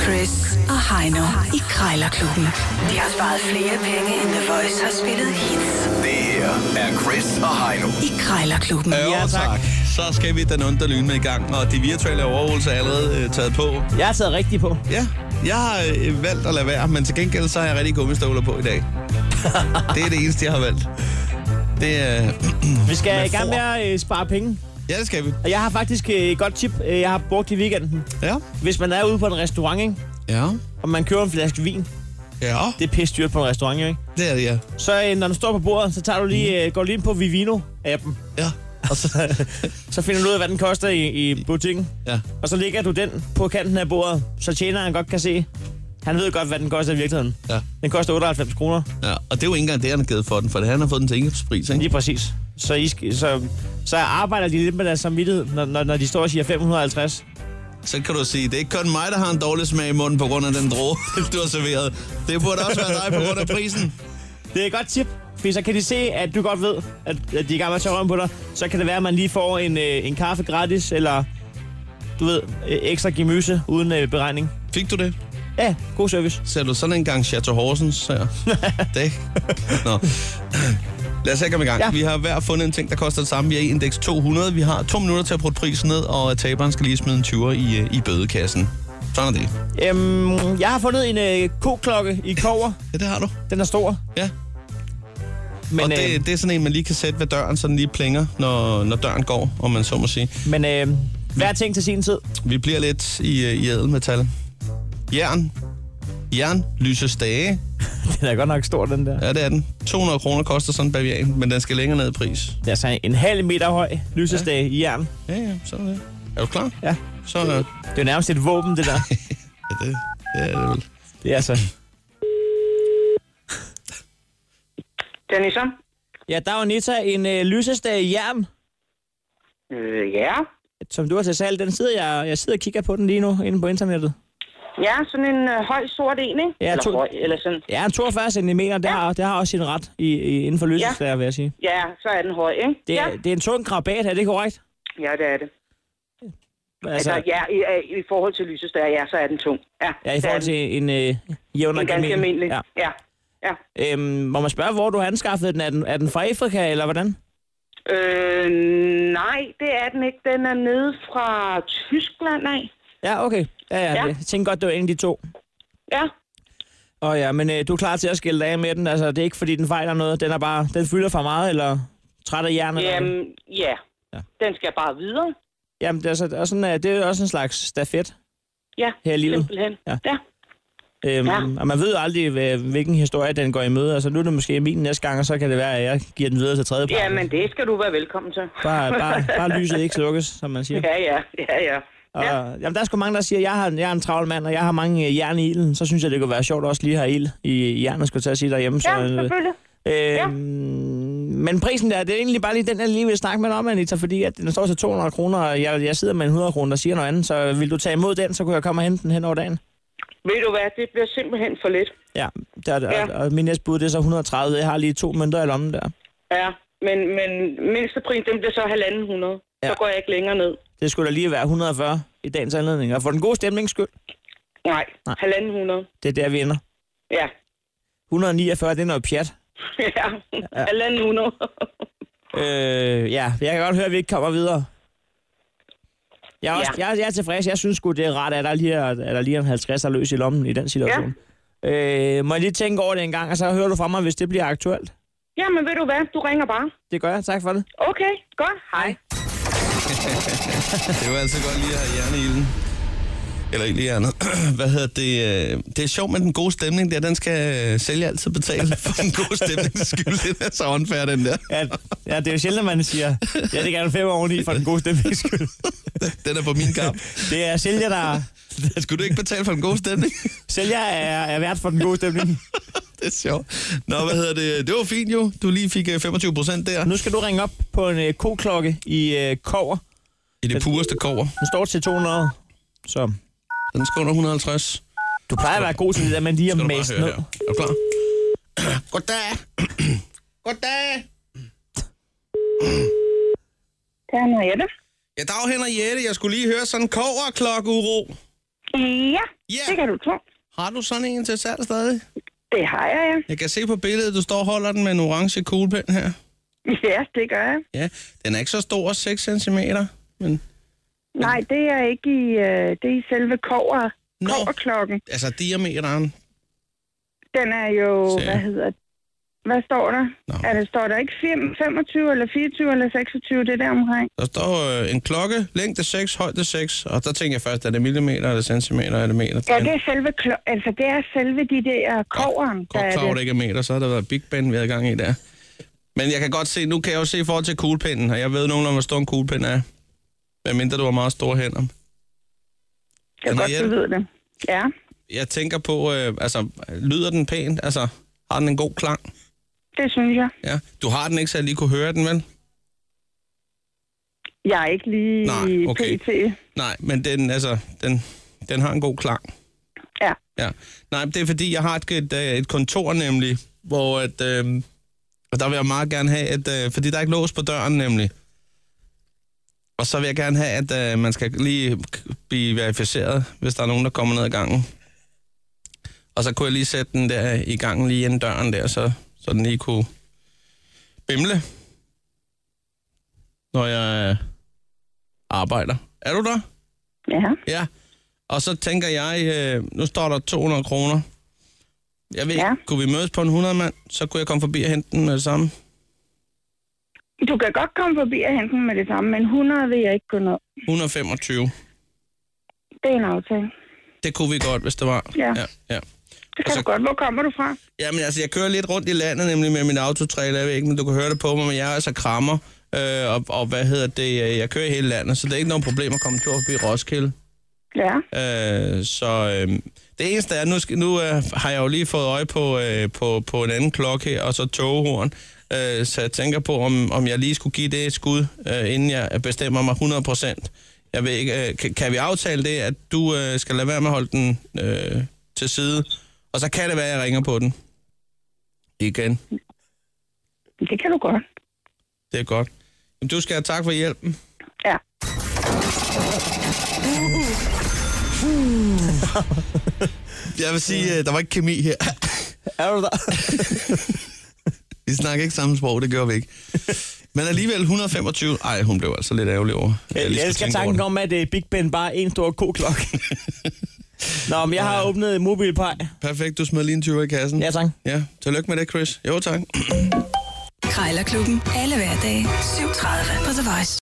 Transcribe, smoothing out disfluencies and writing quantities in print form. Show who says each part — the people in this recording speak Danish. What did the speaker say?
Speaker 1: Chris og Heino i Krejlerklubben. De har sparet flere penge, end The Voice har spillet hits.
Speaker 2: Det her er Chris og Heino
Speaker 1: I Krejlerklubben.
Speaker 3: Ja, tak. Så skal vi den under lyne med i gang, og de virtuelle overhovelser er allerede taget på.
Speaker 4: Jeg har taget rigtigt på.
Speaker 3: Ja, jeg har valgt at lade være, men til gengæld så har jeg rigtig gummistøvler på i dag. Det er det eneste, jeg har valgt. Det er...
Speaker 4: Vi skal i gang med at spare penge.
Speaker 3: Ja, det skal vi.
Speaker 4: Og jeg har faktisk et godt tip, jeg har brugt i weekenden.
Speaker 3: Ja.
Speaker 4: Hvis man er ude på en restaurant, ikke?
Speaker 3: Ja.
Speaker 4: Og man køber en flaske vin.
Speaker 3: Ja.
Speaker 4: Det er pisse dyrt på en restaurant, ikke?
Speaker 3: Det er det, ja.
Speaker 4: Så når du står på bordet, så tager du lige, går lige ind på Vivino-appen.
Speaker 3: Ja.
Speaker 4: Og så finder du ud af, hvad den koster i butikken.
Speaker 3: Ja.
Speaker 4: Og så lægger du den på kanten af bordet, så tjeneren godt kan se. Han ved godt, hvad den koster i virkeligheden.
Speaker 3: Ja.
Speaker 4: Den koster 98 kroner.
Speaker 3: Ja, og det er jo ikke engang det, han har givet for den, for han har fået den til indkøbspris, ikke?
Speaker 4: Lige præcis. Så arbejder de lidt med deres samvittighed, når de står og siger 550.
Speaker 3: Så kan du sige, det er ikke kun mig, der har en dårlig smag i munden på grund af den droge, du har serveret. Det burde også være dig på grund af prisen.
Speaker 4: Det er et godt tip, fordi så kan de se, at du godt ved, at de er i gang med at tage røven på dig. Så kan det være, at man lige får en kaffe gratis, eller du ved, ekstra gemyse uden beregning.
Speaker 3: Fik du det?
Speaker 4: Ja, god service.
Speaker 3: Ser du sådan en gang Chateau Horsens her? Det? Nå. Lad os ikke komme i gang. Ja. Vi har hver fundet en ting, der koster det samme. Vi er i indeks 200. Vi har 2 minutter til at putte prisen ned, og taberen skal lige smide en 20'er i bødekassen. Sådan er det.
Speaker 4: Jeg har fundet en koklokke i kover.
Speaker 3: Ja, det har du.
Speaker 4: Den er stor.
Speaker 3: Ja.
Speaker 4: Men,
Speaker 3: og det er sådan en, man lige kan sætte ved døren, så den lige plinger, når døren går, om man så må sige.
Speaker 4: Men hver ting til sin tid.
Speaker 3: Vi bliver lidt i ædelmetal. Jern, lysestage.
Speaker 4: Den er godt nok stor, den der.
Speaker 3: Ja, det er den. 200 kroner koster sådan en bavian, men den skal længere ned i pris.
Speaker 4: Det er altså en halv meter høj lysestage i jern.
Speaker 3: Ja, sådan er det. Er du klar?
Speaker 4: Ja.
Speaker 3: Så,
Speaker 4: det er jo nærmest et våben, det der.
Speaker 3: Ja, det er det vel.
Speaker 4: Det er altså...
Speaker 5: Dennis?
Speaker 4: Ja, der var Nita en lysestage i jern.
Speaker 5: Ja.
Speaker 4: Som du har til salg. Den sidder jeg sidder og kigger på den lige nu inde på internettet.
Speaker 5: Ja, sådan en høj sort en, ikke?
Speaker 4: Ja,
Speaker 5: eller høj, eller sådan.
Speaker 4: Ja, 42 cm, det har også sin ret inden for lysestager, vil jeg sige.
Speaker 5: Ja, så er den høj, ikke?
Speaker 4: Det er en tung krabat, er det korrekt?
Speaker 5: Ja, det er det. Altså ja, i forhold til lysestager, ja, så er den tung.
Speaker 4: Ja, i forhold til en jævn
Speaker 5: en ganske almindelig, ja.
Speaker 4: Må man spørge, hvor du har anskaffet den? Er den fra Afrika, eller hvordan?
Speaker 5: Nej, det er den ikke. Den er nede fra Tyskland af.
Speaker 4: Ja, okay. Ja. Jeg tænkte godt, det var en af de to.
Speaker 5: Ja.
Speaker 4: Ja, men du er klar til at skille af med den? Altså, det er ikke, fordi den fejler noget? Den fylder for meget, eller træt af hjernen?
Speaker 5: Jamen, ja. Den skal bare videre.
Speaker 4: Jamen, det er også en slags stafet.
Speaker 5: Ja,
Speaker 4: her i livet.
Speaker 5: Simpelthen. Ja.
Speaker 4: Og man ved jo aldrig, hvilken historie den går i møde. Altså, nu er det måske min næste gang, og så kan det være, at jeg giver den videre til tredje part.
Speaker 5: Ja, men det skal du være velkommen til.
Speaker 4: Bare lyset ikke slukkes, som man siger.
Speaker 5: Ja.
Speaker 4: Og, jamen, der er sgu mange, der siger, at jeg er en travl mand, og jeg har mange jern i ilden. Så synes jeg, det kunne være sjovt også lige at have ild i jernet, skulle til at sige derhjemme.
Speaker 5: Ja, selvfølgelig.
Speaker 4: Men prisen der, det er egentlig bare lige den, jeg lige vil snakke med om, Anita, fordi at den står til 200 kroner, og jeg sidder med en 100 kroner, der siger noget andet. Så vil du tage imod den, så kunne jeg komme og hente den hen over dagen.
Speaker 5: Ved du hvad, det bliver simpelthen for lidt.
Speaker 4: Ja, og min næste bud, det er så 130. Jeg har lige 2 mønter i lommen der.
Speaker 5: Ja, men mindste pris, den bliver så 150. Ja. Så går jeg ikke længere ned.
Speaker 4: Det skulle da lige være 140 i dagens anledning. Og for den gode stemnings skyld.
Speaker 5: Nej. 150.
Speaker 4: Det er der, vi ender.
Speaker 5: Ja.
Speaker 4: 149, det er noget pjat.
Speaker 5: Ja, 150.
Speaker 4: Ja, jeg kan godt høre, at vi ikke kommer videre. Jeg er tilfreds. Jeg synes sgu, det er ret, at der lige en 50 løs i lommen i den situation. Ja. Må jeg lige tænke over det en gang, og så hører du fra mig, hvis det bliver aktuelt?
Speaker 5: Ja, men ved du hvad? Du ringer bare.
Speaker 4: Det gør jeg. Tak for det.
Speaker 5: Okay, godt. Hej.
Speaker 3: Det var altså godt lige at have hjerne i ilden. Eller ikke lige andet. Hvad hedder det? Det er sjovt med den gode stemning der. Den skal sælge altid betale for den gode stemning skyld. Det er så unfair, den der.
Speaker 4: Ja, det er jo sjældent, at man siger, ja, det gerne 5 oveni for den gode stemning skyld.
Speaker 3: Den er på min kamp.
Speaker 4: Det er sælger, der...
Speaker 3: Skulle du ikke betale for den gode stemning?
Speaker 4: Sælger er vært for den gode stemning.
Speaker 3: Det er sjovt. Nå, hvad hedder det? Det var fint jo. Du lige fik 25% der.
Speaker 4: Nu skal du ringe op på en koklokke i kover.
Speaker 3: I det pureste kover.
Speaker 4: Den står til 200, så...
Speaker 3: Den skal under 150.
Speaker 4: Du plejer at være god til det der, men lige at mase ned.
Speaker 3: Er du klar? Goddag. Goddag.
Speaker 5: Det er Henriette.
Speaker 3: Ja, dag Henriette. Jeg skulle lige høre sådan en koverklokke-uro.
Speaker 5: Ja, det kan du tro.
Speaker 3: Har du sådan en til salg stadig?
Speaker 5: Det har jeg, ja.
Speaker 3: Jeg kan se på billedet, du står og holder den med en orange kuglepen her.
Speaker 5: Ja, det gør jeg.
Speaker 3: Ja, den er ikke så stor, 6 cm. Men...
Speaker 5: Nej, det er ikke i, det er i selve kobberklokken.
Speaker 3: Altså diameteren.
Speaker 5: Den er jo, hvad står der? Står der ikke 25 eller 24 eller 26, det der omkring?
Speaker 3: Der står en klokke, længde 6, højde 6, og der tænker jeg først, er det millimeter, eller centimeter, eller meter?
Speaker 5: Ja, det er selve det er selve de der kobberen, der er det.
Speaker 3: Det ikke er meter, så har der været Big Ben, vi havde gang i der. Men jeg kan godt se, nu kan jeg jo se i forhold til kuglepinden, og jeg ved nogenlunde, hvor stor en kuglepind er. Hvad mindre du har meget store hænder.
Speaker 5: Jeg kan godt, du ved det. Ja.
Speaker 3: Jeg tænker på, lyder den pænt? Altså, har den en god klang?
Speaker 5: Det synes jeg.
Speaker 3: Ja. Du har den ikke, så jeg lige kunne høre den, vel?
Speaker 5: Jeg er ikke lige pt.
Speaker 3: Nej, men den har en god klang.
Speaker 5: Ja.
Speaker 3: Ja. Nej, det er fordi, jeg har et kontor nemlig, hvor og der vil jeg meget gerne have, fordi der er ikke lås på døren nemlig. Og så vil jeg gerne have, at man skal lige blive verificeret, hvis der er nogen, der kommer ned ad gangen. Og så kunne jeg lige sætte den der i gangen lige inden døren der, så den lige kunne bimle, når jeg arbejder. Er du der?
Speaker 5: Ja.
Speaker 3: Ja. Og så tænker jeg, nu står der 200 kroner. Jeg ved ikke, kunne vi mødes på en 100 mand? Så kunne jeg komme forbi og hente den med det samme.
Speaker 5: Du kan godt komme forbi og hente den med det samme, men 100 vil jeg ikke gå ned.
Speaker 3: 125.
Speaker 5: Det er en aftale.
Speaker 3: Det kunne vi godt, hvis det var.
Speaker 5: Ja.
Speaker 3: Ja.
Speaker 5: Det kan du godt. Hvor kommer du fra?
Speaker 3: Jamen altså, jeg kører lidt rundt i landet, nemlig med min autotrailer. Jeg ved ikke, men du kan høre det på mig, men jeg er altså krammer. Og jeg kører i hele landet, så det er ikke noget problem at komme tur forbi Roskilde.
Speaker 5: Ja.
Speaker 3: Det eneste er, nu har jeg jo lige fået øje på en anden klokke her, og så togehorn. Så jeg tænker på, om jeg lige skulle give det et skud, inden jeg bestemmer mig 100%. Jeg ved ikke, kan vi aftale det, at du skal lade være med at holde den til side, og så kan det være, at jeg ringer på den igen.
Speaker 5: Det kan du godt.
Speaker 3: Det er godt. Jamen, du skal have tak for hjælpen.
Speaker 5: Ja.
Speaker 3: Jeg vil sige, der var ikke kemi her.
Speaker 4: Er du der?
Speaker 3: Vi snakker ikke samme sprog, det gør vi ikke. Men alligevel 125. Ej, hun blev altså lidt ærgerlig over.
Speaker 4: Jeg skal tanken om, at Big Ben bare er en stor koklokke. Nå, men jeg har åbnet MobilePay.
Speaker 3: Perfekt, du smed lige en 20 i kassen.
Speaker 4: Ja, tak.
Speaker 3: Ja, tillykke med det, Chris. Jo, tak.
Speaker 1: Krejlerklubben. Alle hverdage. 7:30 på The Voice.